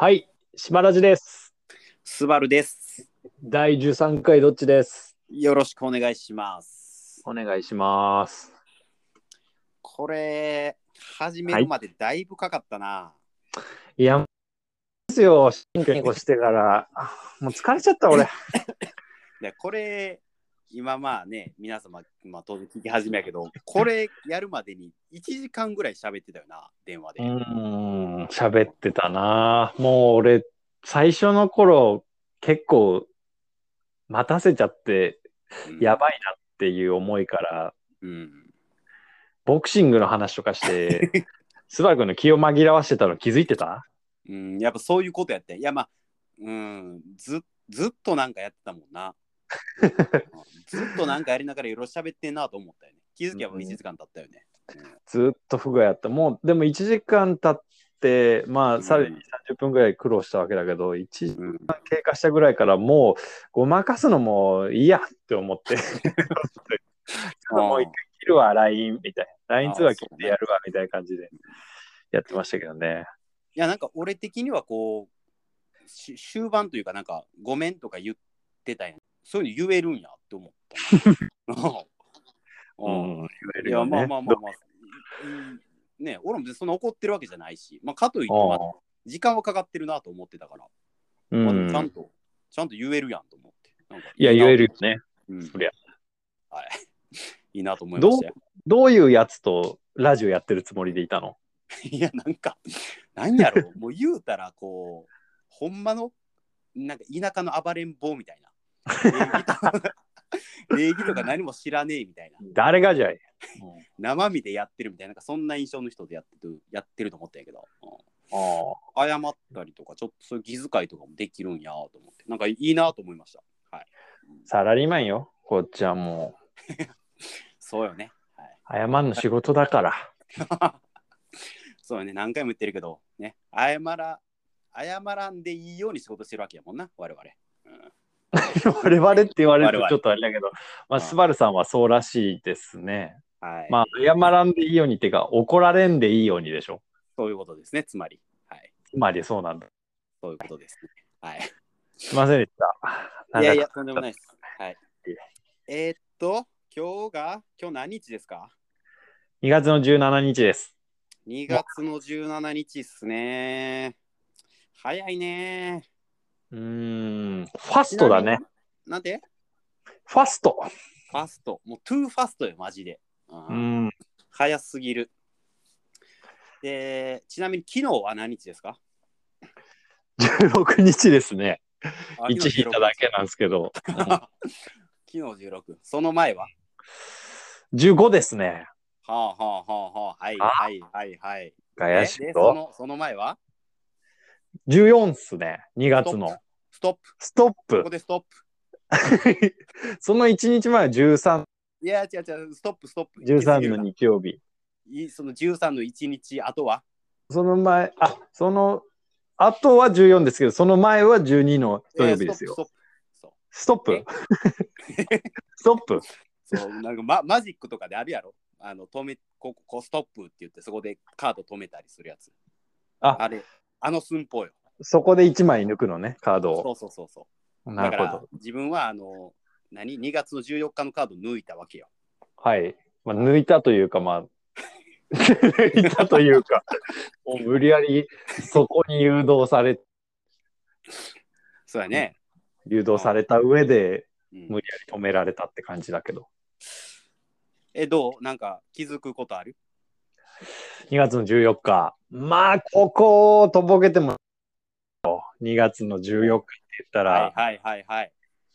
はい、島ラジです。 スバルです。 第13回どっちです。 よろしくお願いします。 お願いします。 これ、始めはい。 るまでだいぶかかったな。 いや、ですよ、新居に越してから、もう疲れちゃった、俺。 で、これ、今まあね、皆様、当然聞き始めやけど、これやるまでに1時間ぐらい喋ってたよな、電話で。 喋ってたな。もう俺、最初の頃、結構待たせちゃって、 うん。 やばいなっていう思いから、 うん。 ボクシングの話とかして、スバル君の気を紛らわしてたの気づいてた？ うん、やっぱそういうことやって。いや、うん、ずっとなんかやってたもんな。ずっとなんかやりながらいろいろ喋ってんなと思ったよね。気づけば1時間経ったよね。 ずっと不具合やった。もう、でも1時間経って、まあ、さらにうん。 30分ぐらい苦労したわけだけど、1 うん。 時間経過したぐらいからもう、ごまかすのもいいやって思って、ちょっともう一あ回切るわ、LINE みたいな。LINE 通あ、 話切っそうね。 てやるわ、みたいな感じでやってましたけどね。 いや、なんか俺的にはこう、終盤というか、なんか、ごめんとか言ってたやん。そういうの言えるんやって思ったな。 うん、 うん。 言えいや、 るよね。 ね、俺も別にそんな怒ってるわけじゃないし、かといって、 あ時間はかかってるなと思ってたから、 うでもちゃんん。 と、ちゃんと言えるやんと思って、なんかいや、 いい言なと思って、 えるよね。 うん。 そりゃ。 はい。いいなと思いまどう、 したよ。 どういうやつとラジオやってるつもりでいたの？ いや、なんか、なんやろう、もう言うたら、こう、ほんまの、なんか田舎の暴れん坊みたいな。礼儀と礼儀とか何も知らねえみたいな。 誰がじゃい。 生身でやってるみたいな、なんかそんな印象の人でやってると思ったんやけど、 ああ。 謝ったりとか、ちょっとそういう気遣いとかもできるんやと思って、なんかいいなと思いました。はい。 サラリーマンよ、こっちはもそうよね。 う。謝んの仕事だから。 はい。そうよね。何回も言ってるけど、ね、謝らんでいいように仕事してるわけやもんな、我々。 我々って言われる我々。 とちょっとあれだけど、まあ、スあバルさんはそうらしいですね。 はまあ、 い。 謝らんでいいようにっていうか、怒られんでいいようにでしょ。 そういうことですね、つまり。はい。 つまりそうなんだ。 そういうことですね。はい。 すいませんでした。長くいやいや、とんでもないです。はい。今日何日ですか？ 2月の17日です。 2 も月の17日っすね。早いね。 ファスちなみに、 トだね。 なんてファスト。 ファスト。もうトゥーファストよ、マジで。うん。 うん、 早すぎる。で、ちなみに昨日は何日ですか？ 16日ですね。1 昨日16日。 引いただけなんですけど。 昨日16。その前は 15ですね。 はあはあはあはあ。はいあ、 はいはいはい。 怪で、そしいぞ。 の、その前は 14っすね。2 ストップ。 月の。 ストップ。 ストップ。 ここでストップ。 その1日前は13、 いや、違う違う。ストップ、ストップ。行き過ぎ 13のるな。 日曜日。 その13の1日、あとはその前、その後は14ですけど、その前は12の土曜日ストップ、スですよ。 トップ。そう。 ストップ。ストップ。 そう、なんかマジックとかであるやろ。ストップって言って、そこでカード止めたりするやつ。 あ、 あれ、寸法よ。 そこで1枚抜くのね、カードを。 そうそうそうそう。だから、 なるほど。 自分は、2月の14日のカード抜いたわけよ。 はい。まあ、抜いたというか、まあ、抜いたというか、もう無理やりそこにそうやね。 誘導された上で、 うん。 無理やり止められたって感じだけど。 どうなんか気づくことある？ 2月の14日。まあ、ここをとぼけても、2月の14日って言ったら、 はいはいはいはい。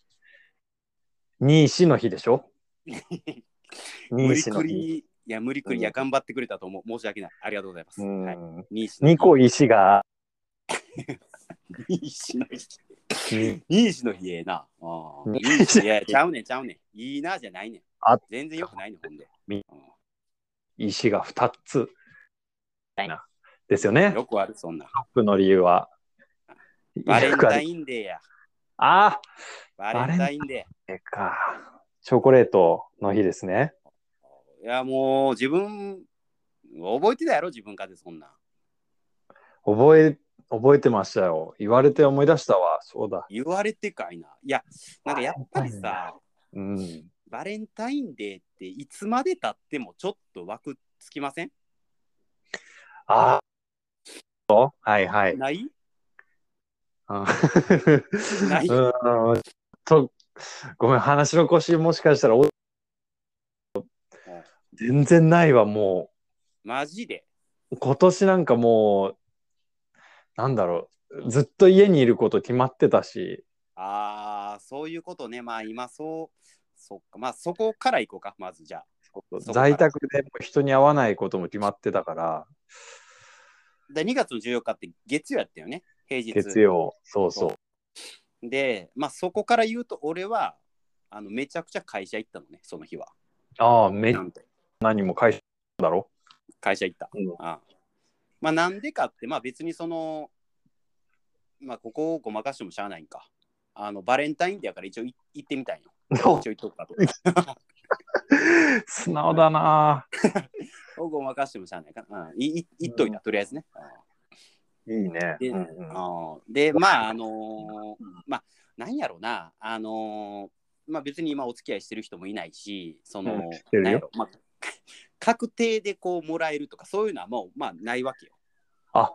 新糸の日でしょ？新無理糸の日。 くり、いや、無理くり、いや、頑張ってくれたと思う。申し訳ない。ありがとうございまうす。はい。 ん。 西の 2個日。 石が、 西の日。 に西の日ええな。西、いや、ちゃうねん、ちゃうねん。いいなじゃないねん。 あ、 全然よくないねん、ほんで。 石が2つ。ですよね。 よくある、そんな。 トップの理由は。 バレンタよくある。 インデーや。 あバレンバレンタイタインデンか。チョコレートの日ですね。 ー。いや、もう、自分、覚えてたやろ、自分かで、そんな。 覚え覚えてましたよ。言われて思い出したわ。そうだ。 言われてかいな。いや、なんかやっぱりさ、 うん。 バレンタインデーっていつまで経ってもちょっと枠つきません？ ああ、はいはい。 ない？ うんない？ うんと、ごめん、話の腰もしかしたらうん、 全然ないわ、もマジで。 う。今年なんかもう、なんだろう。ずっと家にいること決まってたし、 ああ、そういうことね。まあ今そっか。まあそこから行こうか。まずじゃあ。そこから。 在宅でも人に会わないことも決まってたから、 で、2月の14日って月曜やったよね。平日。 月曜、そうそで、まあそこから言うと、俺は、めちゃくちゃ会社行ったのね、その日は。 う。ああ、 なんて。 何も会社だろ。 会社行った。 うん。 ああ、まあなんでかって、まあ別にまあここをごまかしてもしゃあないんか。バレンタインデーやから一応行ってみたいよ。一応行っとくかと。 素直だな。 ごまかしてもしゃあないかな。言っといた、とりあえずね。 いいね。 で、 うんうん。 で、まあ、まあ、なんやろうな、まあ別に今お付き合いしてる人もいないし、 うん、知ってるよ。 なんやろ、まあ、確定でこうもらえるとかそういうのはもう、まあないわけよ。 あ、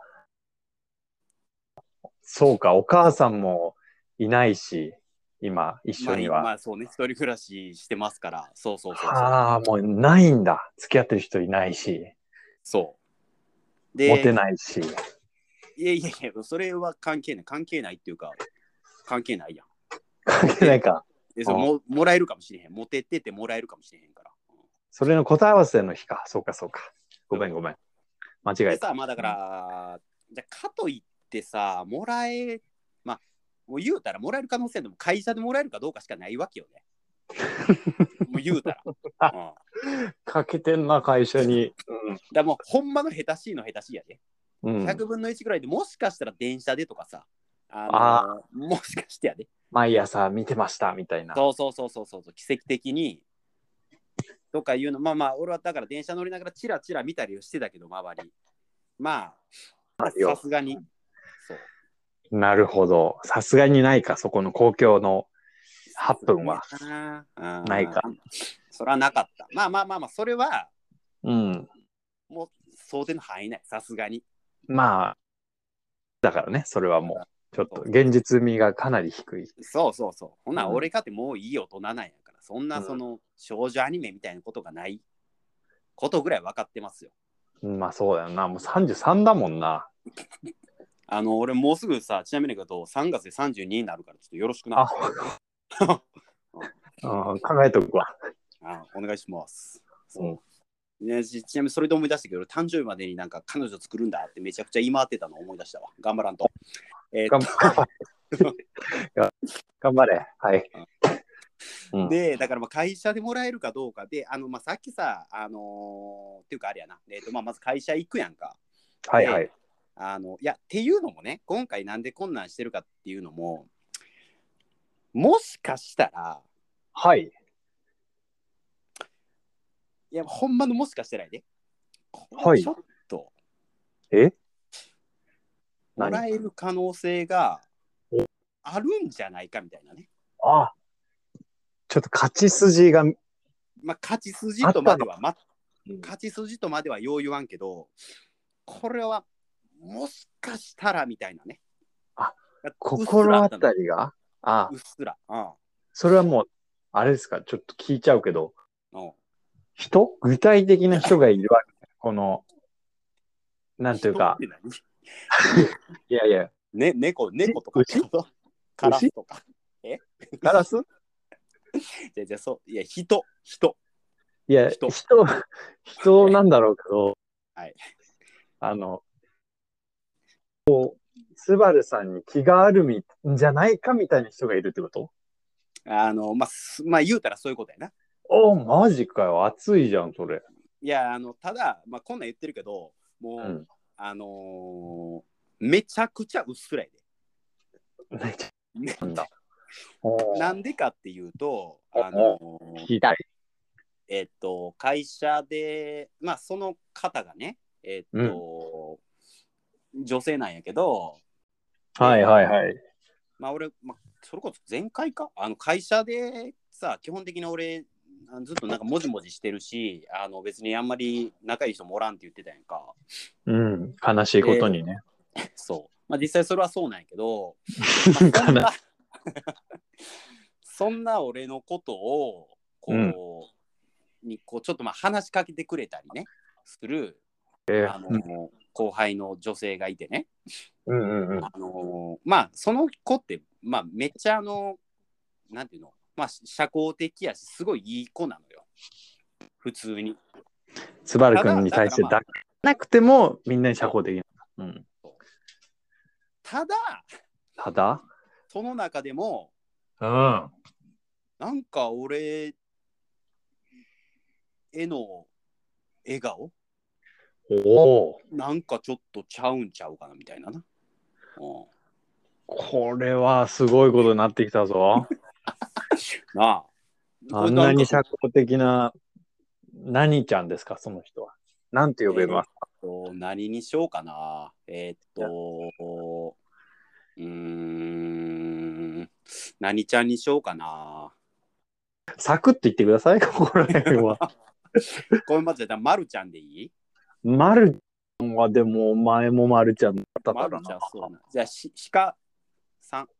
そうか、お母さんもいないし、今、一まあ、 緒には。 まあそうね、一人暮らししてますから、そうそうそうそう。 ああ、もうないんだ。付き合ってる人いないし、 そう。 モテで、 ないし。 いやいやいや、それは関係ないっていうか、関係ないやん。 関モテ、 係ないか。うん。 もらえるかもしれへん。モテててもらえるかもしれへんから。 それの答え合わせの日か。そうか、そうか。ごめん、ごめん。間違えた。 でさ、まあだから、じゃあかといってさ、まあ、もう言うたらもらえる可能性でも会社でもらえるかどうかしかないわけよね。もう言うたら。うん。 かけてんな、会社に。 だもうほんまの下手しいの下手しいやで。 うん。うん。 100分の1ぐらいでもしかしたら電車でとかさ、 ああ、 もしかしてやで。 毎朝見てました、みたいな。 そう、奇跡的にとかいうの、まあまあ、俺はだから電車乗りながらチラチラ見たりしてたけど、周り。まあ、さすがに。そう。 なるほど。さすがにないか、そこの公共の8分は。ないか。 それはなかった。まあまあまあまあ、それはうん。 もう想定の範囲内、さすがに。 まあ、だからね、それはもう、ちょっとそう現実味がかなり低い。 そう。ほな、 うん。 俺かってもういい大人なんやから、そんな少女アニメみたいなことがないことぐらい分かってますよ。 うん、まあそうだよな。もう33だもんな。 俺もうすぐさ、ちなみに言うと3月で32になるから、ちょっとよろしくな。 あ、うん、考えとくわ。 お願いします。 うん。 ね、ちなみにそれで思い出したけど、誕生日までになんか彼女作るんだってめちゃくちゃ言い回ってたのを思い出したわ。頑張らんと。 頑張頑張れ。はい。うん。 で、だからまあ会社でもらえるかどうかで、まあ、さっきさ、っていうかあれやな、まあ、まず会社行くやんか。で、 はいはい。 いや、っていうのもね、今回なんでこんなんしてるかっていうのも、もしかしたら、 はい。 いや、ほんまのもしかしたらやで、これはい。 ちょっとえ何？ もらえる可能性があるんじゃないかみたいなね。 あ、ちょっと勝ち筋がまあ、勝ち筋あったの。 とまでは、勝ち筋とまではよう言わんけど、これはもしかしたらみたいなね。 あ、 うっすら心当あったのよ。 たりが。あ、 うっすら。うん。 それはもう、あれですか、ちょっと聞いちゃうけど、 うん、 具体的な人がいるわけ。この、なんていうか、 人って何？ いやいや、 猫とかってこと？カラ牛スとか。 ガラスじゃそう。いや、 いや、 人。 人なんだろうけど、 はい。 あの、スバルさんに気があるんじゃないかみたいな人がいるってこと？ まあ、言うたらそういうことやな。 お、マジかよ。熱いじゃん、それ。 いや、ただ、まあ、こんなん言ってるけど、もう、 うん。 めちゃくちゃうっすらやめっちで。 ゃなんだ。 なんでかっていうと、 聞きたい。 会社で、まあ、その方がね、 うん。 女性なんやけど、 はいはいはい。 まあ俺、それこそ前回か会社でさ、基本的に俺、ずっとなんかもじもじしてるし、別にあんまり仲いい人もおらんって言ってたやんか。 うん。悲しいことで、 にね。 そう。実際それはそうなんやけど、そんな、そんな俺のことを、 うん。 こうちょっと話しかけてくれたりね、する、 うん後輩の女性がいてね。 うんうん。 その子って、めっちゃなんていうの、社交的やし、すごいいい子なのよ。普通に。 スバルただ、 君にだから対して抱かなくてもみんなに社交的な。うん。 ただ、 ただ、 その中でも、 うん。 なんか俺への笑顔、 おお。 なんかちょっとちゃうんちゃうかなみたいなな。 これはすごいことになってきたぞ。 なあ、こあんなにれなんか社交的な、何ちゃんですか、その人は。なんて呼べますか？ 何にしようかな。うーん、何ちゃんにしようかな。 サクッと言ってください、ここら辺は。 これまずじゃあ、まるちゃんでいい？ まるちゃんはでも、前もまるちゃんだったからな。 まるちゃん、そうやな。じゃあ、鹿さん、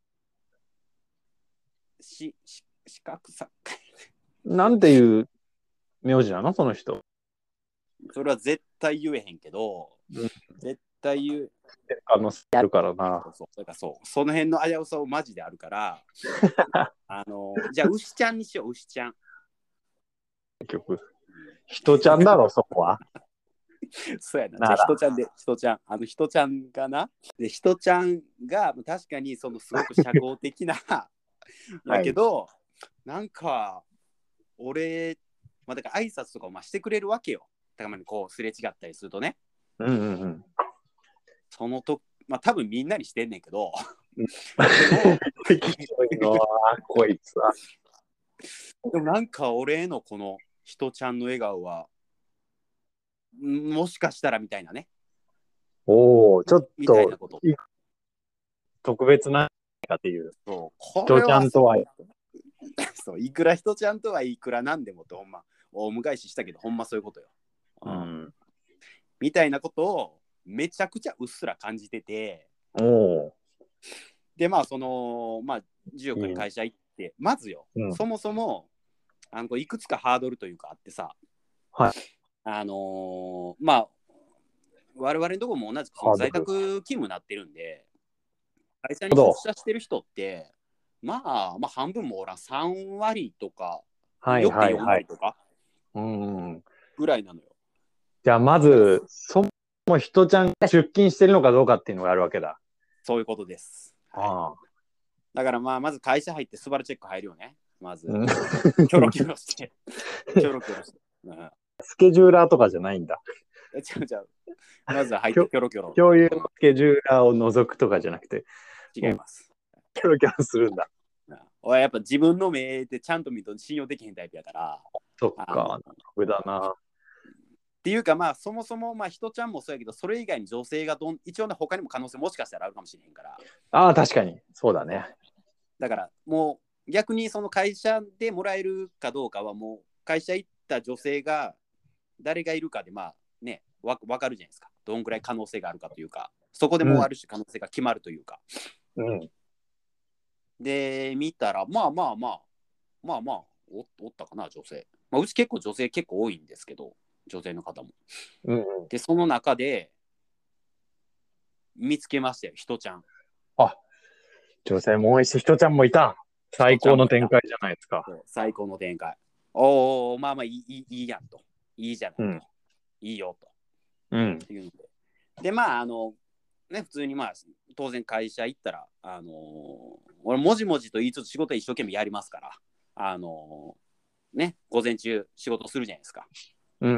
四角さん。 なんていう名字なの、その人。 それは絶対言えへんけど、 うん。 絶対言う。 あるからな。 だからその辺の危うさをマジであるから、じゃあ、牛ちゃんにしよう、牛ちゃん。 結局。人ちゃんだろ、そこは。 そうやな。じゃあ、 なら。 人ちゃんで、人ちゃん。人ちゃんがな。で、人ちゃんが確かにすごく社交的な、やはい。 けど、なんか、俺、だから挨拶とかをしてくれるわけよ。たまにこう、すれ違ったりするとね。 うんうんうん。 そのと、多分みんなにしてんねんけど、 ひどいのは、こいつは。 でもなんか俺へのこの人ちゃんの笑顔は、もしかしたらみたいなね。 おお、ちょっみたいとなこと。 特別なかっていう。 そう、こ人れはそう。 ちゃんとは、 そう、いくら人ちゃんとはいくらなんでもと、ほんま、大昔したけど、ほんまそういうことよ。 うん。 みたいなことをめちゃくちゃうっすら感じてて、 おお、 で、14 いいね。 日に会社行って、まずよ、 うん。 そもそも、いくつかハードルというかあってさ、 はい。 あのーまあ、我々のところも同じくその在ハードル。 宅勤務になってるんで、会社に出ほど。 社してる人って、半分もおらん、3割とか、 はいよくて4 はいはい。 割とかうんうん。 ぐらいなのよ。 じゃあ、まだから、 ず、そもそも人ちゃんが出勤してるのかどうかっていうのがあるわけだ。 そういうことです。はい。 ああ。 だからまず会社入ってスバルチェック入るよね。まず、 うん。 キョロキョロして、キョロキョロして。 スケジューラーとかじゃないんだ。 ちゃう。まずは入ってキョロキョロ。 共有のスケジューラーを除くとかじゃなくて、もう違います。 キョロキョロするんだ。 俺やっぱ自分の目でちゃんと見ると信用できへんタイプやから、 そっあの、 か、上だな。 っていうかそもそも人ちゃんもそうやけど、それ以外に女性が一応ね、他にも可能性もしかしたらあるかもしれへんから。 ああ、確かに。そうだね。 だからもう逆にその会社でもらえるかどうかはもう会社行った女性が誰がいるかでわかるじゃないですか。どんぐらい可能性があるかというか、そこでもうある種可能性が決まるというか。 うん。 で、見たら、おったかな、女性。うち結構女性結構多いんですけど、女性の方も。 うんうん。 で、その中で見つけましたよ、人ちゃん。 あ、女性も多いし、人ちゃんもいた。最高の人ちゃんもいた。 展開じゃないですか。 最高の展開。おお、いいやんと。いいじゃないと。 うん。 いいよと。 うん。 っていうので。で、普通に当然会社行ったら、俺、もじもじと言いつつ仕事は一生懸命やりますから、午前中仕事するじゃないですか。 うん。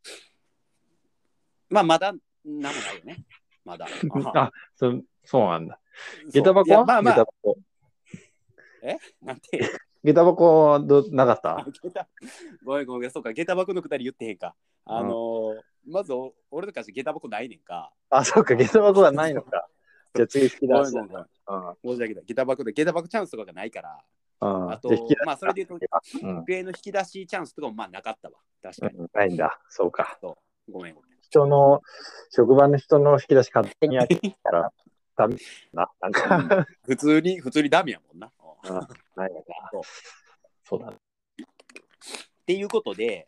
まだなんもないよね。まだ。 あ、そうなんだ。下駄箱は下駄箱。 なんて下駄箱はなかった？ ごめん、そうか、下駄箱のくだり言ってへんか。 うん、 まず俺とかして下駄箱ないねんか。 あ、そうか、下駄箱はないのか。 じゃあ次引き出す。 ごめんごめんごめん。申し訳ない。下駄箱で下駄箱チャンスとかがないから、あと、まあそれで言うと、机の引き出しチャンスとかもまあなかったわ。確かに。 ないんだ。そうか。 ごめんごめん。 職場の人の引き出し勝手に開けたらダメな。なんか普通にダメやもんな。 ないのか。そうだ。 っていうことで、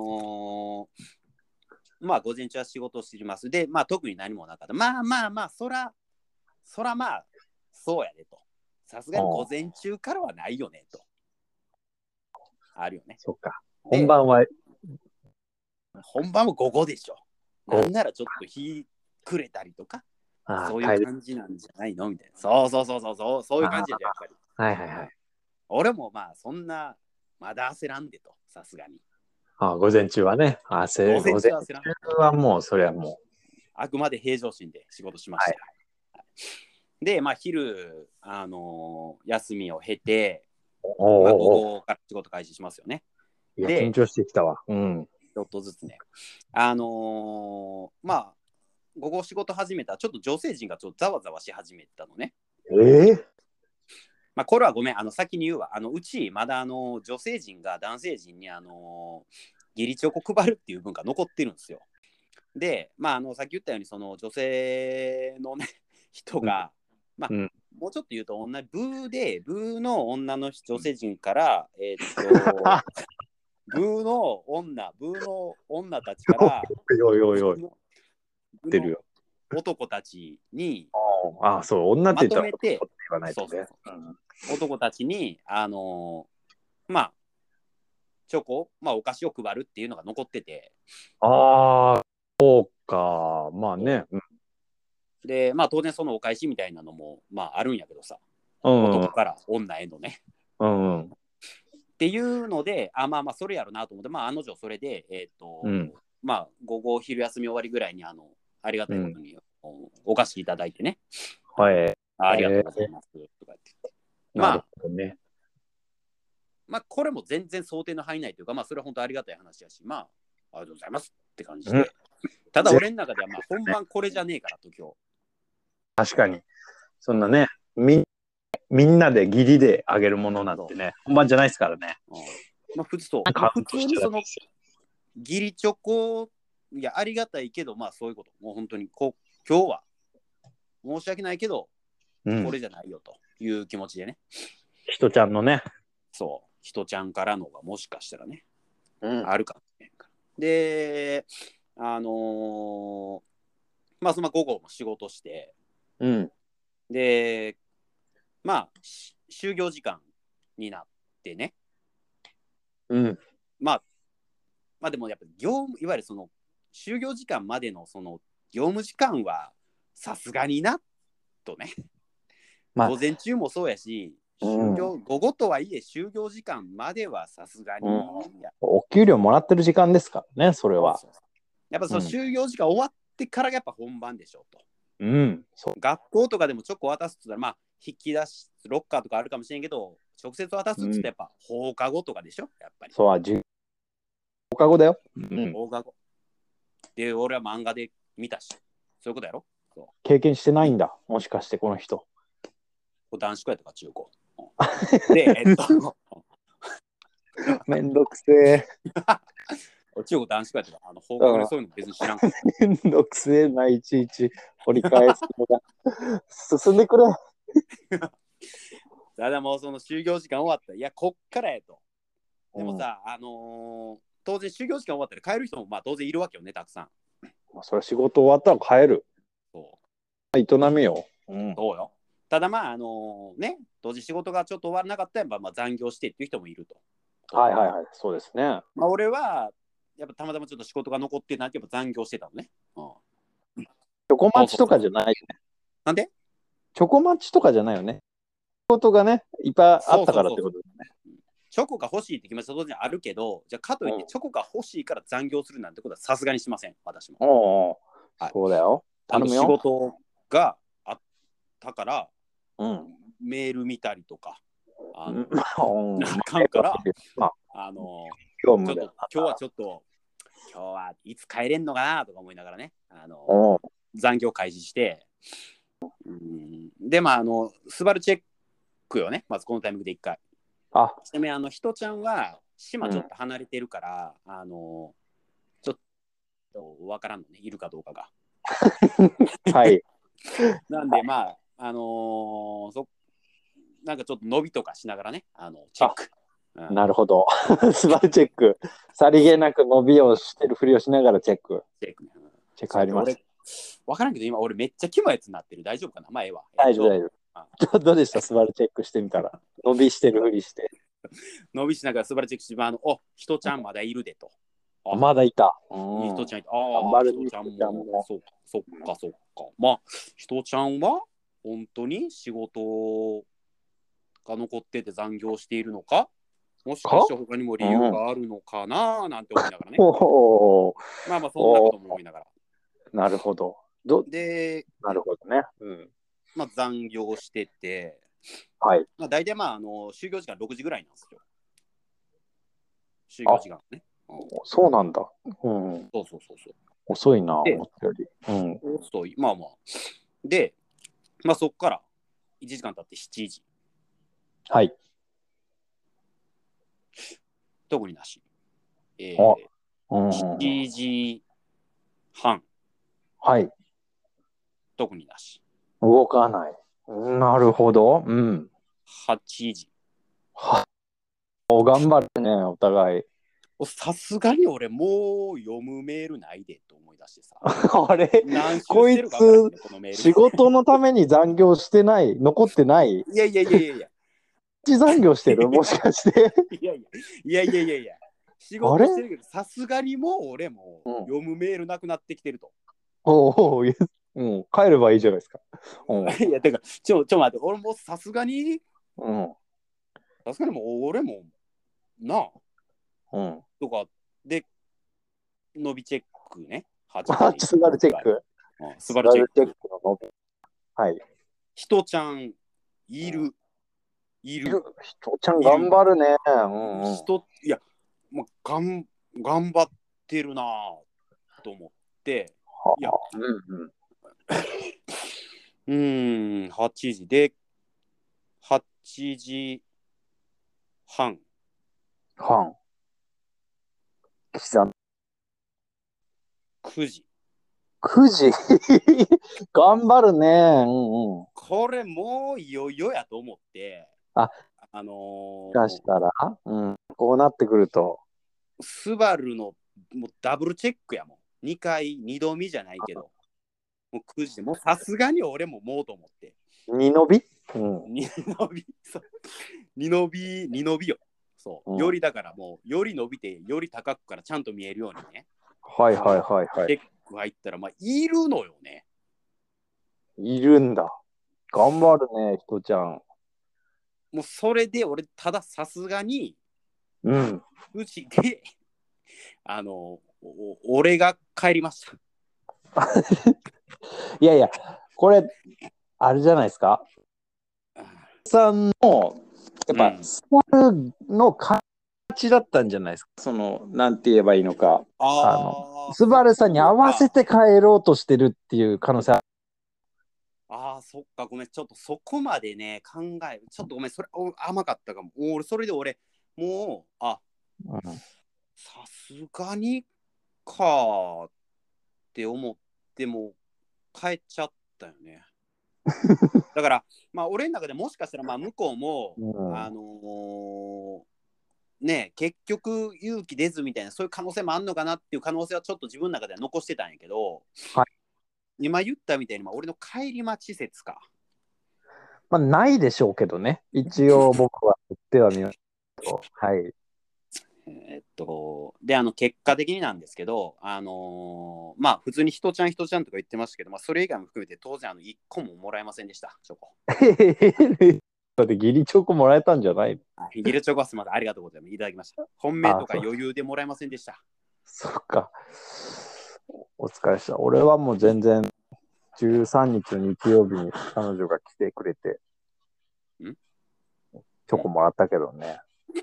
まあ午前中は仕事をしています。で、まあ特に何もなかった。まあ、そらまあ、そうやでと。さすがに午前中からはないよねと。あるよね。 そっか。本番はも午後でしょ。なんならちょっと日暮れたりとか、そういう感じなんじゃないのみたいな。そういう感じじゃやっぱり。 はいはいはい。 俺もまあそんな、まだ焦らんでと、さすがに。 午前中はね。午前中はもう、それはもう。 あくまで平常心で仕事しました。で、まあ昼、休みを経て、まあ、午後から仕事開始しますよね。 いや、緊張してきたわ。 ちょっとずつね。まあ、午後仕事始めたら、ちょっと女性陣がちょっとざわざわし始めたのね。まあ、これはごめん、先に言うわ。うち、まだ女性陣が男性陣に義理チョコ配るっていう文化残ってるんですよ。で、まあ、さっき言ったように、その女性のね、人が、まあ、もうちょっと言うと、ブーの女の女性陣から、ブーの女たちから出るよ。 男たちにそう、女って言ったらまとめて男たちにまあチョコ、まあお菓子を配るっていうのが残ってて、 そうか、まあね。 で、まあ当然そのお返しみたいなのもまああるんやけどさ、男から女へのね。っていうので、まあそれやろなと思って、まあ案の定それで、まあ午後昼休み終わりぐらいにありがたいことにお菓子いただいてね。ありがとうございますとか言って。まあこれも全然想定の範囲内というか、まあそれは本当ありがたい話やし、まあありがとうございますって感じで。ただ俺の中ではまあ本番これじゃねえからと今日。 確かに。そんなね、みんなで義理であげるものなんてね、本番じゃないですからね。 まあ普通にその義理チョコ、いやありがたいけど、まあそういうこと。もう本当に今日は申し訳ないけど、これじゃないよという気持ちでね。 ひとちゃんのね。 そう。ひとちゃんからのがもしかしたらね、あるかもしれんから。で、まあその午後も仕事して、で、まあ就業時間になってね、まあでもやっぱいわゆるその就業時間までのその業務時間はさすがになとね、午前中もそうやし、午後とはいえ就業時間まではさすがに、 お給料もらってる時間ですからね、それは。 やっぱその就業時間終わってからがやっぱ本番でしょと。学校とかでもチョコ渡すって言ったら、まあ引き出しロッカーとかあるかもしれんけど、直接渡すって言ったらやっぱ放課後とかでしょ、やっぱり。 そう、放課後だよ。 放課後。で、俺は漫画で見たし、そういうことやろ。 経験してないんだ、もしかしてこの人。 男子校やとか中高。で、 めんどくせえ。 中国男子校やとか、放課後でそういうの別に知らんから。 めんどくせえな、いちいち掘り返すのが。進んでくれ。 ただもうその就業時間終わったら、いや、こっからやと。でもさ、当然就業時間終わったら帰る人もまあ当然いるわけよね、たくさん。 それは仕事終わったら帰る。営みよ。 そうよ。ただまあね、当時仕事がちょっと終わらなかったらまあ残業してっていう人もいると。 そうですね。 まあ俺はやっぱたまたまちょっと仕事が残ってなければ残業してたのね。 チョコ待ちとかじゃないね。 なんで？ チョコ待ちとかじゃないよね。仕事がね、いっぱいあったからってことですね。 チョコが欲しいって気持ちは当然あるけど、じゃあかといってチョコが欲しいから残業するなんてことはさすがにしません、私も。 そうだよ。 仕事があったから、メール見たりとか、あかんから、今日はいつ帰れんのかなとか思いながらね、残業開始して、 で、まあ、スバルチェックよね、まずこのタイミングで一回。ちなみに、ひとちゃんは、島ちょっと離れてるから、ちょっとわからんのね、いるかどうかが。 はい。 なんで、まあ、なんかちょっと伸びとかしながらね、チェック。 なるほど。スバルチェック。さりげなく伸びをしてるふりをしながらチェック。チェック入ります。 わからんけど、今俺めっちゃキモいやつになってる。大丈夫かな？前は。 大丈夫、大丈夫。どうでしたスバルチェックしてみたら。伸びしてるふりして。 伸びしながらスバルチェックして、ひとちゃんまだいるでと。 まだいた。 ひとちゃんいた。ひとちゃんも。そっか。まあ、ひとちゃんは本当に仕事が残ってて残業しているのか、もしかして他にも理由があるのかななんて思いながらね。まあまあ、そんなことも思いながら。 なるほど。 で、 なるほどね。 まあ、残業してて、 はい。 まあ、大体まあ、就業時間6時ぐらいなんですよ。就業時間ね。 そうなんだ。 そう。 遅いな、思ったより。 遅い。まあまあ。で、まあそっから1時間経って7時。 はい。 特になし。7時半。 はい。 特になし。 動かない。なるほど。 8時。 頑張るね、お互い。 さすがに俺もう読むメールないでと思い出してさ。 あれこいつ、仕事のために残業してない、残ってない。 いや。 残業してるもしかして。 いや。仕事してるけど、さすがにもう俺も読むメールなくなってきてると。 帰ればいいじゃないですか。 いや、てか、ちょ待って、俺もさすがに、もう俺も、なあ、とかで、伸びチェックね。 スバルチェック。 スバルチェックの伸び。はい。 ひとちゃん、いる。 ひとちゃん頑張るね。 いや、頑張ってるなと思って、いや、8時で、8時半。9時。 9時頑張るね。 これもういよいよやと思って、 出したら、こうなってくると。 スバルのもうダブルチェックやもん。2度見じゃないけど。もう9時で、もうさすがに俺ももうと思って。 二伸び二伸びよ。そう。よりだからもう、より伸びて、より高くからちゃんと見えるようにね。 はい。 チェック入ったら、いるのよね。 いるんだ。頑張るね、ひとちゃん。 もうそれで俺、たださすがに、うちで、俺が帰りました。 いや、これ、あれじゃないですか。さんの、やっぱ、スバルの形だったんじゃないですか。なんて言えばいいのか。スバルさんに合わせて帰ろうとしてるっていう可能性ある。 そっか、ごめん、ちょっとそこまでね、考える。ちょっとごめん、それ甘かったかも。それで俺、もう、さすがにかって思っても帰っちゃったよね。だから俺の中でもしかしたら向こうも、ね結局勇気出ずみたいなそういう可能性もあんのかなっていう可能性はちょっと自分の中では残してたんやけど、今言ったみたいに俺の帰り待ち説か。 ないでしょうけどね。一応僕は言ってはみますけど。はい。 で結果的になんですけど普通にひとちゃんとか言ってましたけど、それ以外も含めて当然1個ももらえませんでしたチョコ。 だってギリチョコもらえたんじゃない？ ギリチョコはすみません、ありがとうございます、いただきました。本命とか余裕でもらえませんでした。 そっか、お疲れした。俺はもう全然13日の日曜日に彼女が来てくれてチョコもらったけどね。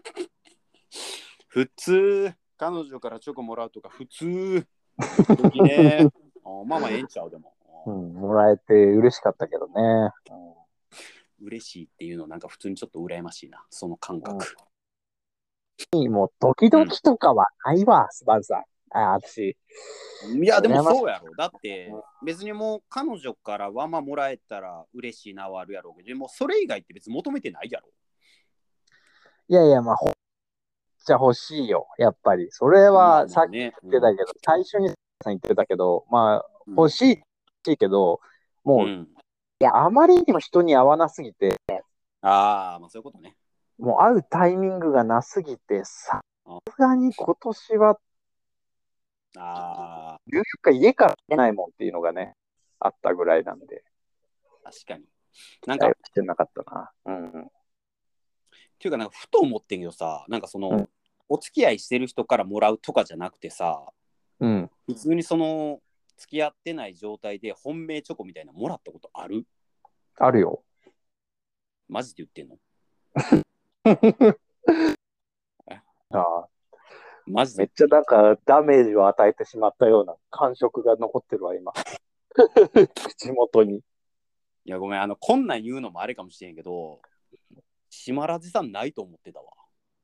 普通、彼女からチョコもらうとか普通。時ね。ええんちゃうでも。 もらえて嬉しかったけどね。 嬉しいっていうのなんか普通にちょっと羨ましいな、その感覚。 もうドキドキとかはないわ、スバルさん。私。 いや、でも羨ましい。 そうやろ。だって、別にもう彼女からはまあもらえたら嬉しいなはあるやろうけど、でもそれ以外って別に求めてないやろ。 いやいや、まあ、じゃ欲しいよ、やっぱり。それまあはさっきまあね。 言ってたけど、最初にさん言ってたけど、まあ、欲しいけど、もう、いや、あまりにも人に合わなすぎて、 ああ、まあそういうことね。 もう会うタイミングがなすぎて、さすがに今年は、 ああ、 14日家から出ないもんっていうのがね、あったぐらいなんで、 確かに。なんか、 期待はしてなかったな。 っていうかなんかふと思ってんけどさ、なんかその、お付き合いしてる人からもらうとかじゃなくてさ、普通にその、付き合ってない状態で本命チョコみたいなもらったことある？ あるよ。 マジで言ってんの？ あマジでめっちゃなんかダメージを与えてしまったような感触が残ってるわ、今。口元に。 いやごめん、こんなん言うのもあれかもしれんけど、島ラジさんないと思ってたわ。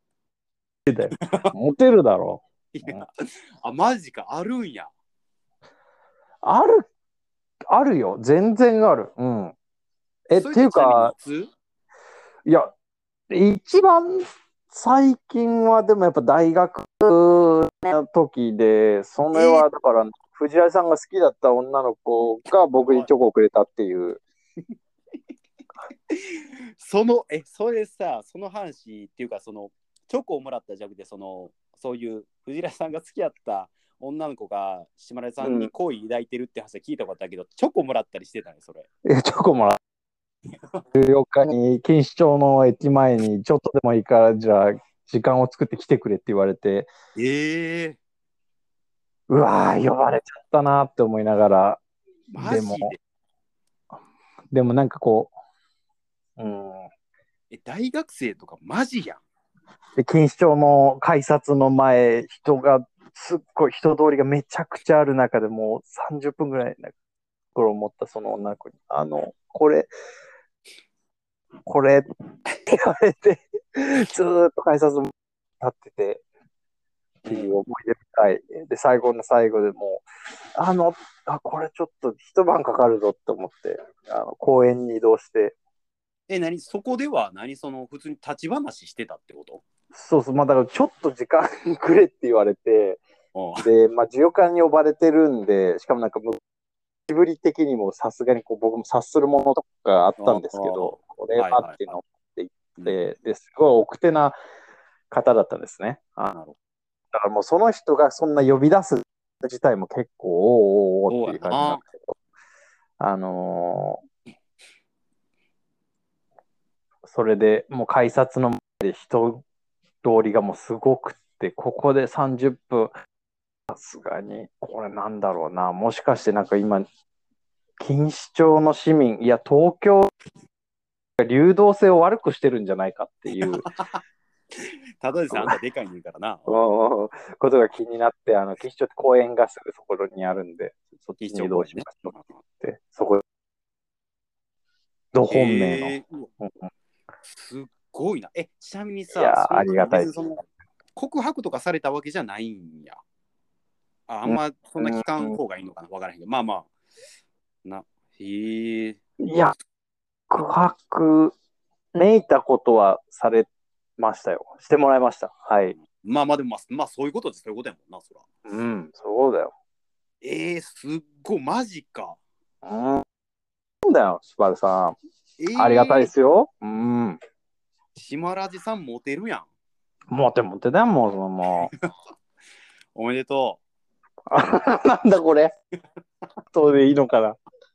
モテるだろ。 いや、マジか、あるんや。 あるよ。全然ある。っていうそれってちなみにいか、 つ？ いや、一番最近はでもやっぱ大学の時で、それはだから、藤原さんが好きだった女の子が僕にチョコをくれたっていう。 それさ、その話っていうか、その、チョコをもらったじゃなくて、そういう藤原さんが好きだった女の子が島根さんに好意抱いてるって話は聞いたことあるけど、チョコもらったりしてたね、それ。 チョコもらって14日に錦糸町の駅前にちょっとでもいいからじゃあ時間を作って来てくれって言われて、うわー呼ばれちゃったなって思いながら、 マジでもなんかこう、 大学生とかマジやん。 で錦糸町の改札の前、人がすっごい人通りがめちゃくちゃある中でもう30分ぐらいの頃思ったその女の子に、これって言われて、ずーっと改札も立ってて、っていう思い出深い。で、最後の最後でもう、これちょっと一晩かかるぞって思って、公園に移動して。 そこでは普通に立ち話してたってこと？ そうそう、まあだからちょっと時間くれって言われて、で、まあ、授与館に呼ばれてるんで、しかもなんか、しぶり的にもさすがにこう僕も察するものとかあったんですけど、これはっていうのって言って、ですごい奥手な方だったんですね。だからもうその人がそんな呼び出す自体も結構、おーおーおーっていう感じなんですけど、それでもう改札の前で人通りがもうすごくって、ここで30分、さすがに、これなんだろうな、もしかしてなんか今、錦糸町の市民、いや、東京が流動性を悪くしてるんじゃないかっていう。 ただでさ、あんたでかいねんからな。 ことが気になって、錦糸町って公園がすぐそこにあるんで、そっちに移動しましょうって、そこ、ど本命の。 すっごいな。ちなみにさ、 いや、ありがたい。 告白とかされたわけじゃないんや。あんまそんな聞かん方がいいのかな、わからへんけど。まあまあ。へえ。 いや、告白めいたことはされましたよ。してもらいました。はい。 まあまあでもまあそういうことです。そういうことやもんな、そら。 そうだよ。 すっごい、マジか。 そうだよ、スバルさん。ありがたいですよ。 島ラジさんモテるやん。 モテモテだよ、もう。 おめでとう。なんだこれ。そうでいいのかな。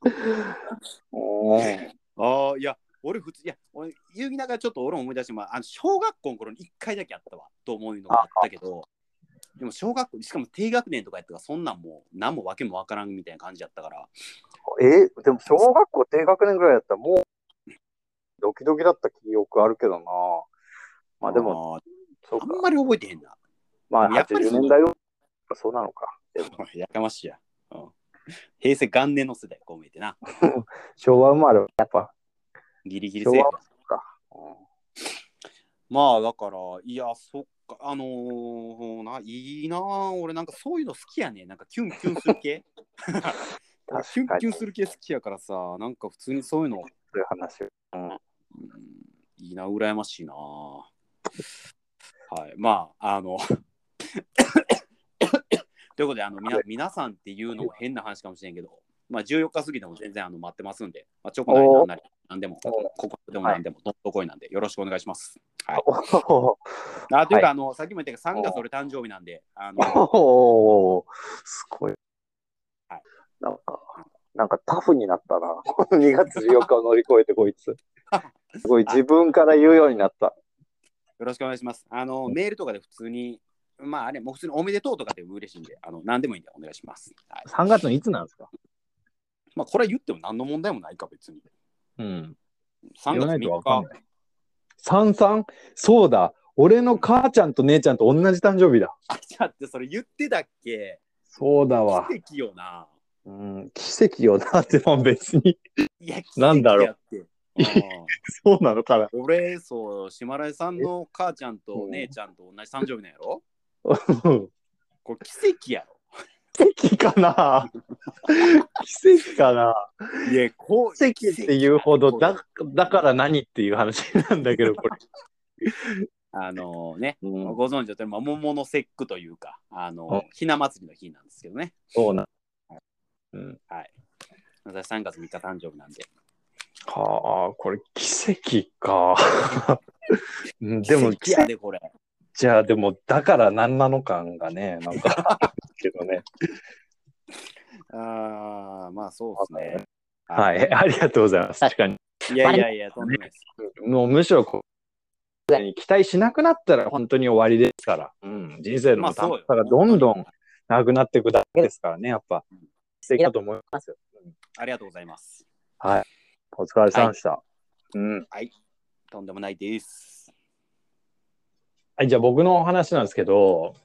いや、俺普通、俺、言いながらちょっと俺思い出しても、小学校の頃に1回だけあったわ、と思うのがあったけど、でも小学校、しかも低学年とかやったから、そんなんもう、何もわけもわからんみたいな感じやったから。 でも小学校低学年ぐらいだったら、もう、ドキドキだった記憶あるけどな。まあでも、 あんまり覚えてへんな。 まあ、80年代はそうなのか。 やかましいや。 平成元年の世代、こう見えてな。 昭和生まれはやっぱギリギリセーフや。 か。 まあだから、いや、そっか、いいなぁ。俺なんかそういうの好きやね。なんかキュンキュンする系。俺キュンキュンする系好きやからさ、なんか普通にそういうの。 そういう話。 いいな、羨ましいな。はい、まあ、ということで、皆さんっていうのも変な話かもしれんけど、まあ、14日過ぎても全然待ってますんで、まあ、チョコなりなんなり、なんでも、ここでもなんでも、どんとこいなんで、よろしくお願いします。はい。というか、さっきも言ったけど、3月俺誕生日なんで、 すごい。はい。なんかタフになったな。2月14日を乗り越えてこいつ。すごい自分から言うようになった。 よろしくお願いします。メールとかで普通に、まああれ、もう普通におめでとうとかでも嬉しいんで、何でもいいんでお願いします。 はい、3月のいつなんですか？ まあこれ言っても何の問題もないか、別に。 うん。 3月3日。 33？そうだ。俺の母ちゃんと姉ちゃんと同じ誕生日だ。 ちょっとそれ言ってたっけ？ そうだわ。 奇跡よな。 奇跡よなっても別に。 いや、奇跡やって。 そうなのかな。 俺、そう、島良さんの母ちゃんと姉ちゃんと同じ誕生日なんやろ？これ奇跡やろ。 奇跡かな。奇跡かな。 いや、 奇跡っていうほどだから何っていう話なんだけど、これ。 ご存知だと桃の節句というか、ひな祭りの日なんですけどね。 そうなん。 はい。私3月3日誕生日なんで。 はあ、これ奇跡か。 でも奇跡でこれ。 じゃあでもだから何なの感がね、なんかあるけどね。 まあそうですね。 はい、ありがとうございます。確かに。 いや、とんでもないです。 もうむしろに期待しなくなったら本当に終わりですから。人生の楽しさがどんどんなくなっていくだけですからね、やっぱ。素敵だと思いますよ。 ありがとうございます。 はい。お疲れ様でした。 はい。とんでもないです。 はい、じゃあ僕の話なんですけど、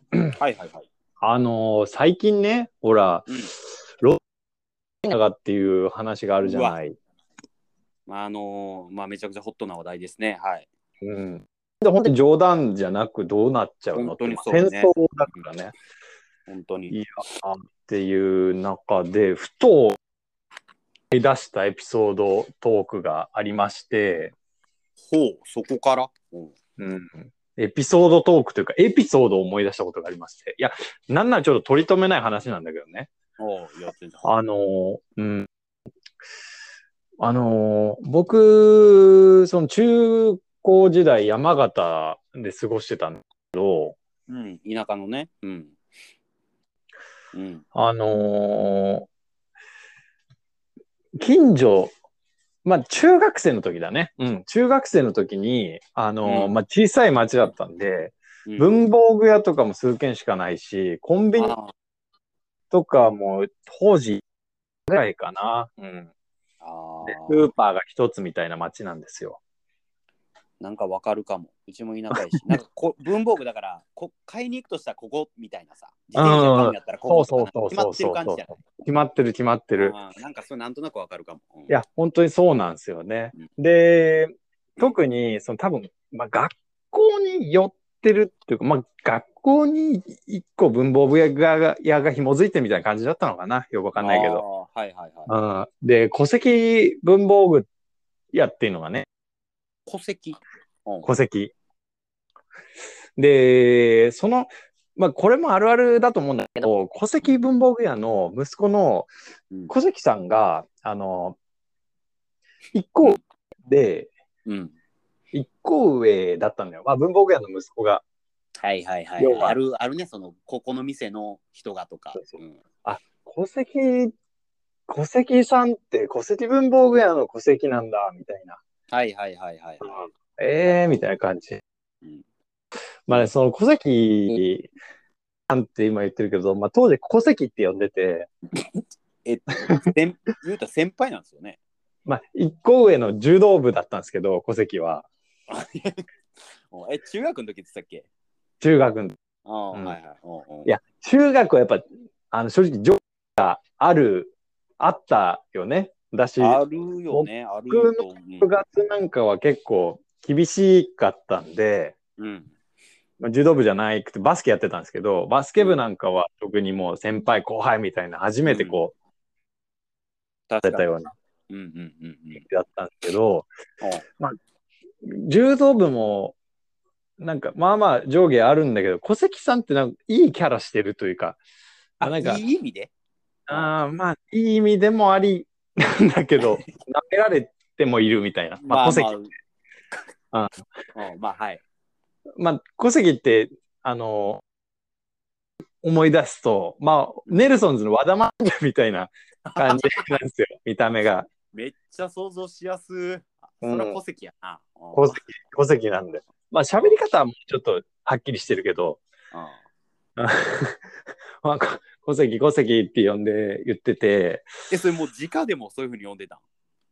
最近ね、ほら、ロシアがっていう話があるじゃない。 まあめちゃくちゃホットな話題ですね。はい。 で本当に冗談じゃなくどうなっちゃうのって、戦争だからね。 本当に。 いやっていう中でふと出したエピソードトークがありまして。 そこから。 エピソードトークというかエピソードを思い出したことがありまして。いや、なんならちょっと取り留めない話なんだけどね。僕、その中高時代山形で過ごしてたんだけど、 田舎のね、 近所、まあ中学生の時だね。中学生の時に、小さい町だったんで、文房具屋とかも数軒しかないし、コンビニとかも当時ぐらいかな。スーパーが一つみたいな町なんですよ。 なんかわかるかも。うちも田舎やし。なんか文房具だから買いに行くとしたらここみたいなさ。自転車買うんやったらこことか決まってる感じじゃない？ 決まってる。 なんかそれなんとなくわかるかも。 いや、本当にそうなんですよね。で、特に多分、学校に寄ってるっていうか、学校に一個文房具屋が紐づいてるみたいな感じだったのかな。よくわかんないけど。で、戸籍文房具屋っていうのがね。 戸籍。 で、これもあるあるだと思うんだけど、戸籍文房具屋の息子の小関さんが、一個で、一個上だったんだよ。文房具屋の息子が。 あるね、ここの店の人がとか。 戸籍さんって戸籍文房具屋の戸籍なんだ、みたいな。みたいな感じ。その戸籍さんって今言ってるけど、当時戸籍って呼んでて。 言うたら先輩なんですよね。 一個上の柔道部だったんですけど、戸籍は。 中学の時って言ったっけ？ 中学の。いや、中学はやっぱ、正直、 あったよね。だし、 あるよね、ある僕と思の部活なんかは結構厳しかったんで、 う。うん。 柔道部じゃなくてバスケやってたんですけど、バスケうん。 部なんかは特にもう先輩後輩みたいな初めてこう、 確かに。 やれたようなうんうんうんうん。 だったんですけど、 あまあ、柔道部もなんかまあまあ上下あるんだけど、小関さんってなんかいいキャラしてるというか、なんか、 いい意味で。あまあいい意味でもありなんだけど、舐められてもいるみたいな。まあ小関、 まあまあ、まあはい。 まあ小関って、思い出すと、まあ、 うん、 ネルソンズの和田まんじゅうみたいな感じなんですよ、見た目が。 めっちゃ想像しやす。それはうん、 戸籍やな。 小関、小関なんで。まあ、喋り方はもうちょっとはっきりしてるけど、まあ、小関、小関って呼んで言ってて、 それもう直でもそういうふうに呼んでたん？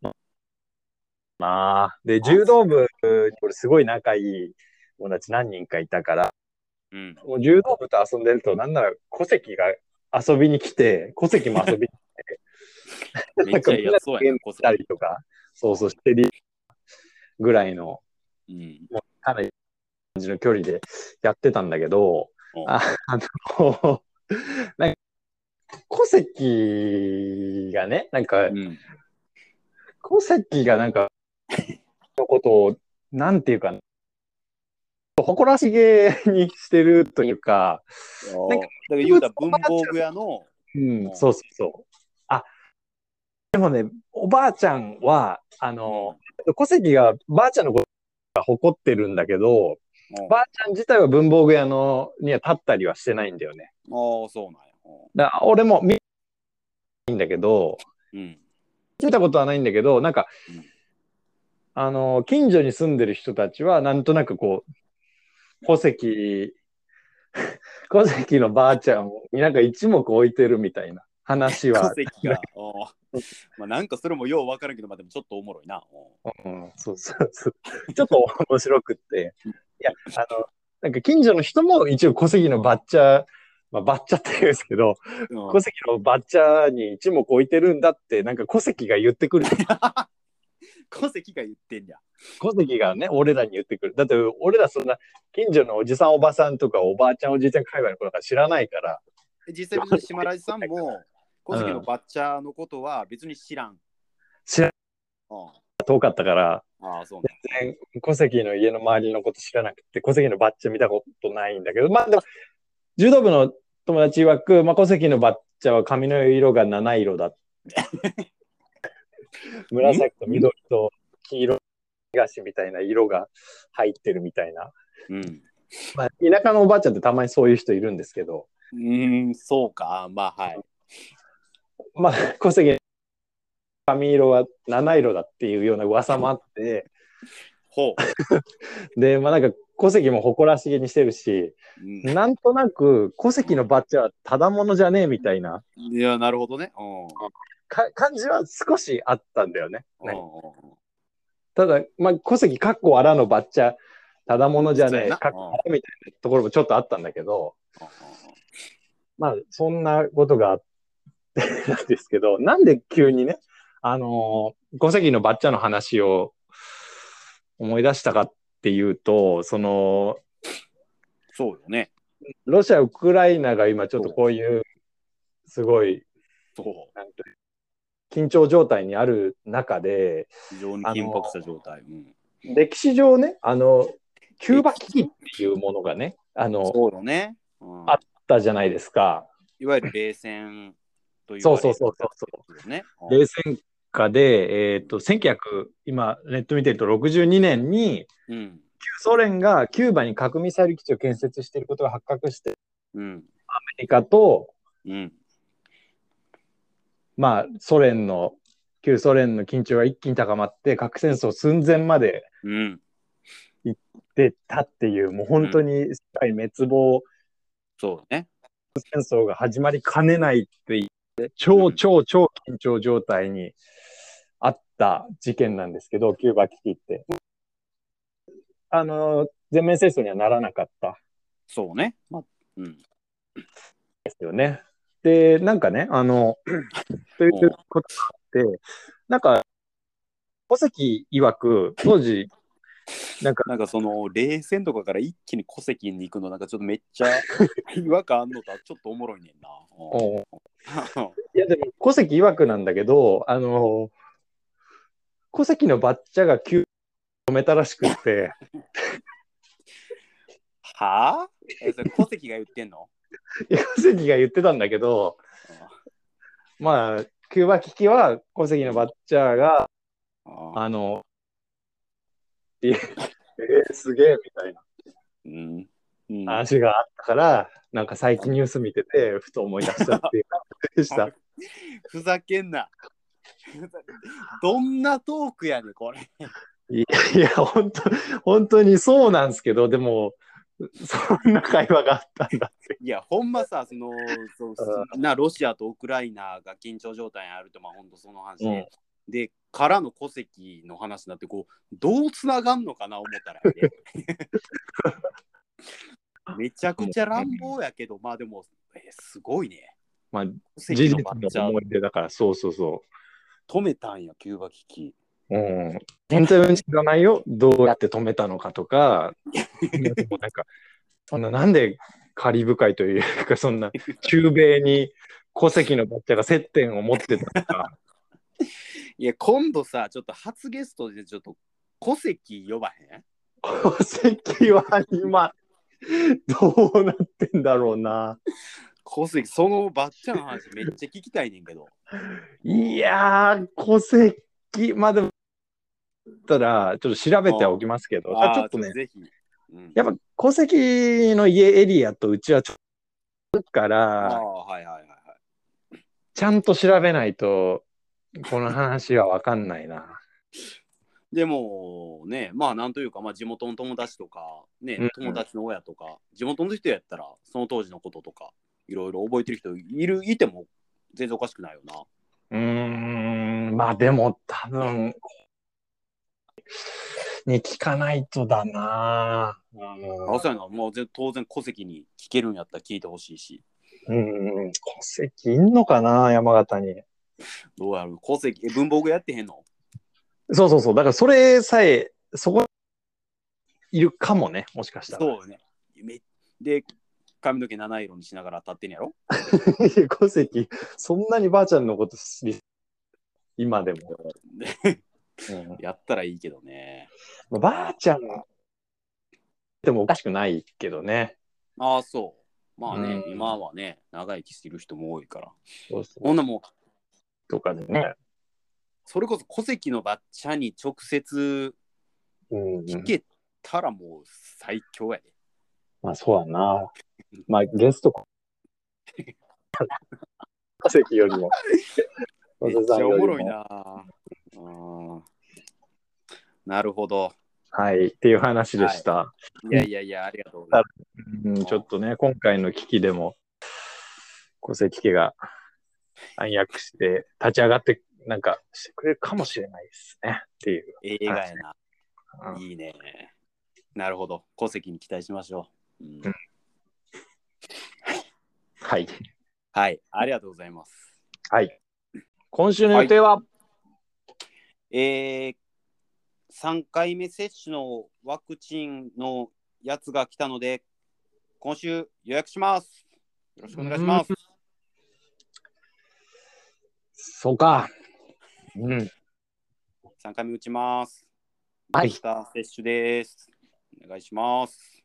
まあ、で、 マジか。 柔道部に俺すごい仲いい友達何人かいたから、 うん。 もう柔道部と遊んでると、なんなら小関が遊びに来て、小関も遊びに来て、 めっちゃいや、 なんかみんなでそうやな、 ゲームした戸籍。 りとか、そうそうしてるぐらいの、 うん。 もうかなり感じの距離でやってたんだけど、ああの、なんか小関がね、なんか、 うん。 小関がなんか、のことを、なんていうか、誇らしげにしてるというか、なんか、 だから言うたら文房具屋の、 うん、そうそうそう。あ、でもね、おばあちゃんは、 うん。 小関がばあちゃんのことが誇ってるんだけど、ばあちゃん自体は文房具屋のには立ったりはしてないんだよね。 ああ、そうなんや。 俺も見ないんだけど、 うん。 見たことはないんだけど、なんか、 うん。 近所に住んでる人たちは、なんとなくこう、小関のばあちゃんになんか一目置いてるみたいな話戸は、 籍が、まあなんかそれもよう分からんけど、まあでもちょっとおもろいな。 うん、そうそうそう。ちょっと面白くって。いや、なんか近所の人も一応小関のバッチャー、まあ、バッチャって言うんですけど、 うん。 小関のバッチャーに一目置いてるんだって、なんか小関が言ってくる。 戸籍が言ってんじゃん。 小関がね、俺らに言ってくる。だって俺らそんな近所のおじさんおばさんとかおばあちゃんおじいちゃん界隈の子なんか知らないから。 実際別に島ラジさんも、戸籍のうん。 バッチャーのことは別に知らん。 知らあ遠かったから、 あ、そう全然小関の家の周りのこと知らなくて、小関のバッチャ見たことないんだけど、まあでも、柔道部の友達曰く、まあ、小関のバッチャは髪の色が七色だ。 ね。 紫と緑と黄色、東みたいな色が入ってるみたいな。 うん。 まあ、田舎のおばあちゃんってたまにそういう人いるんですけど、 そうか。まあはい。 まあ、小関髪色は七色だっていうような噂もあって、 ほで、まあなんか小関も誇らしげにしてるし、 う。うん。 なんとなく小関のバッチャはただものじゃねえみたいないや、なるほどね。 感じは少しあったんだよね。 うん。 ただ、まあ、小関かっこあらのバッチャ、ただものじゃねえ、 そうやな。 かっこあらみたいなところもちょっとあったんだけど、まあ、そんなことがあってなんですけど、なんで急にね、小関のバッチャの話を思い出したかっていうと、 そうよね。 ロシア、ウクライナが今ちょっとそう。 こういう、すごい、 そう。 なんて緊張状態にある中で、 非常にあの、 緊迫した状態。うん。 歴史上ね、キューバ危機っ歴史上ていうものがね、 そうよね。 あったじゃないですか。 いわゆる冷戦と言そうわれるそうそうそうそやつよね。 う。冷戦下で、1900、今、ネット見てると62年に、 うん。 旧ソ連がキューバに核ミサイル基地を建設していることが発覚して、 うん。 アメリカと、 うん。 まあ、旧ソ連の緊張が一気に高まって、核戦争寸前までうん。 行ってたっていう、もううん。 本当に世界滅亡そうね。 戦争が始まりかねないっていう、 うん。 超緊張状態にあった事件なんですけど、キューバ危機って。全面戦争にはならなかったそうね。まあ、うん。 ですよね。 で、なんかね、といううんことがあって、なんか、小関曰く、当時、なんか、 なんかその冷戦とかから一気に戸籍に行くのなんかちょっとめっちゃ違和感あんのとはちょっとおもろいねんな。 おいや、でも、小関曰くなんだけど、小関のバッチャが急に止めたらしくって、 はあそれ戸籍が言ってんの？ 小関が言ってたんだけど、まあ、キューバ危機は小関のバッチャーが、 ああの、すげえみたいなうんうん、 話があったから、なんか最近ニュース見てて、ふと思い出したっていう感じでした。 ふざけんな。どんなトークやねんこれ。 いや、本当にそうなんですけど、でも、そんな会話があったんだって。 いやほんまさロシアとウクライナが緊張状態にあるとまあほんとその話で、 うんでからの戸籍の話になってこうどうつながんのかな思ったらやでめちゃくちゃ乱暴やけどまあでも、すごいね。 まあ、 戸事籍の実のバッチャー思い出だから、そうそうそ止めたんやキューバ危機。 う。うん。全然知らないよ。どうやって止めたのかとか、今でもなんか、そんな、なんでカリブ海というか、そんな、中米に戸籍のバッチャが接点を持ってたとか、 いや今度さちょっと初ゲストでちょっと戸籍呼ばへん？ 戸籍は今、どうなってんだろうな。 戸籍そのバッチャの話めっちゃ聞きたいねんけど。 いやー、戸籍、まあでも、たら、ちょっと調べておきますけど、ただちょっとね、 ぜひ。うん、 やっぱ戸籍の家エリアとうちはちょっとかあら、 あはいはいはいはい。 ちゃんと調べないと、この話はわかんないな。 でもね、まあなんというか、まあ、地元の友達とか、ね、 うん友達の親とか、地元の人やったら、その当時のこととか、いろいろ覚えてる人いても全然おかしくないよな。 まあでも多分、に聞かないとだな。 そうやな、もう当然戸籍に聞けるんやったら聞いてほしいし、 戸籍いんのかな、山形に。 どうやる戸籍、文房具やってへんの？ そうそうそう。だからそれさえ、そこにいるかもね、もしかしたら。 そうよね。で、髪の毛七色にしながら立ってんやろ？ 戸籍、そんなにばあちゃんのこと知り、今でも。 やったらいいけどね。 ばあちゃんでもおかしくないけどね。 ああ、そう。まあね、 うん、 今はね、長生きしてる人も多いから。 そうそうほんなもう、 とかでね。 それこそ戸籍のばっちゃに直接聞けたらもう最強やで。 まあそうやな。まあゲスト、戸籍よりも。 めっちゃおもろいな。なるほど。 はい、っていう話でした。 はい、いやいやいや、ありがとうございます。 ちょっとね、今回の危機でも、戸籍家が暗躍して立ち上がってなんかしてくれるかもしれないですねっていう映画やな。いいね。なるほど。戸籍に期待しましょう。 はい。 はい、ありがとうございます。 はい。今週の予定は、 3回目接種のワクチンのやつが来たので、今週予約します。よろしくお願いします。 そうか。 3回目打ちます。 はい。 接種です。お願いします。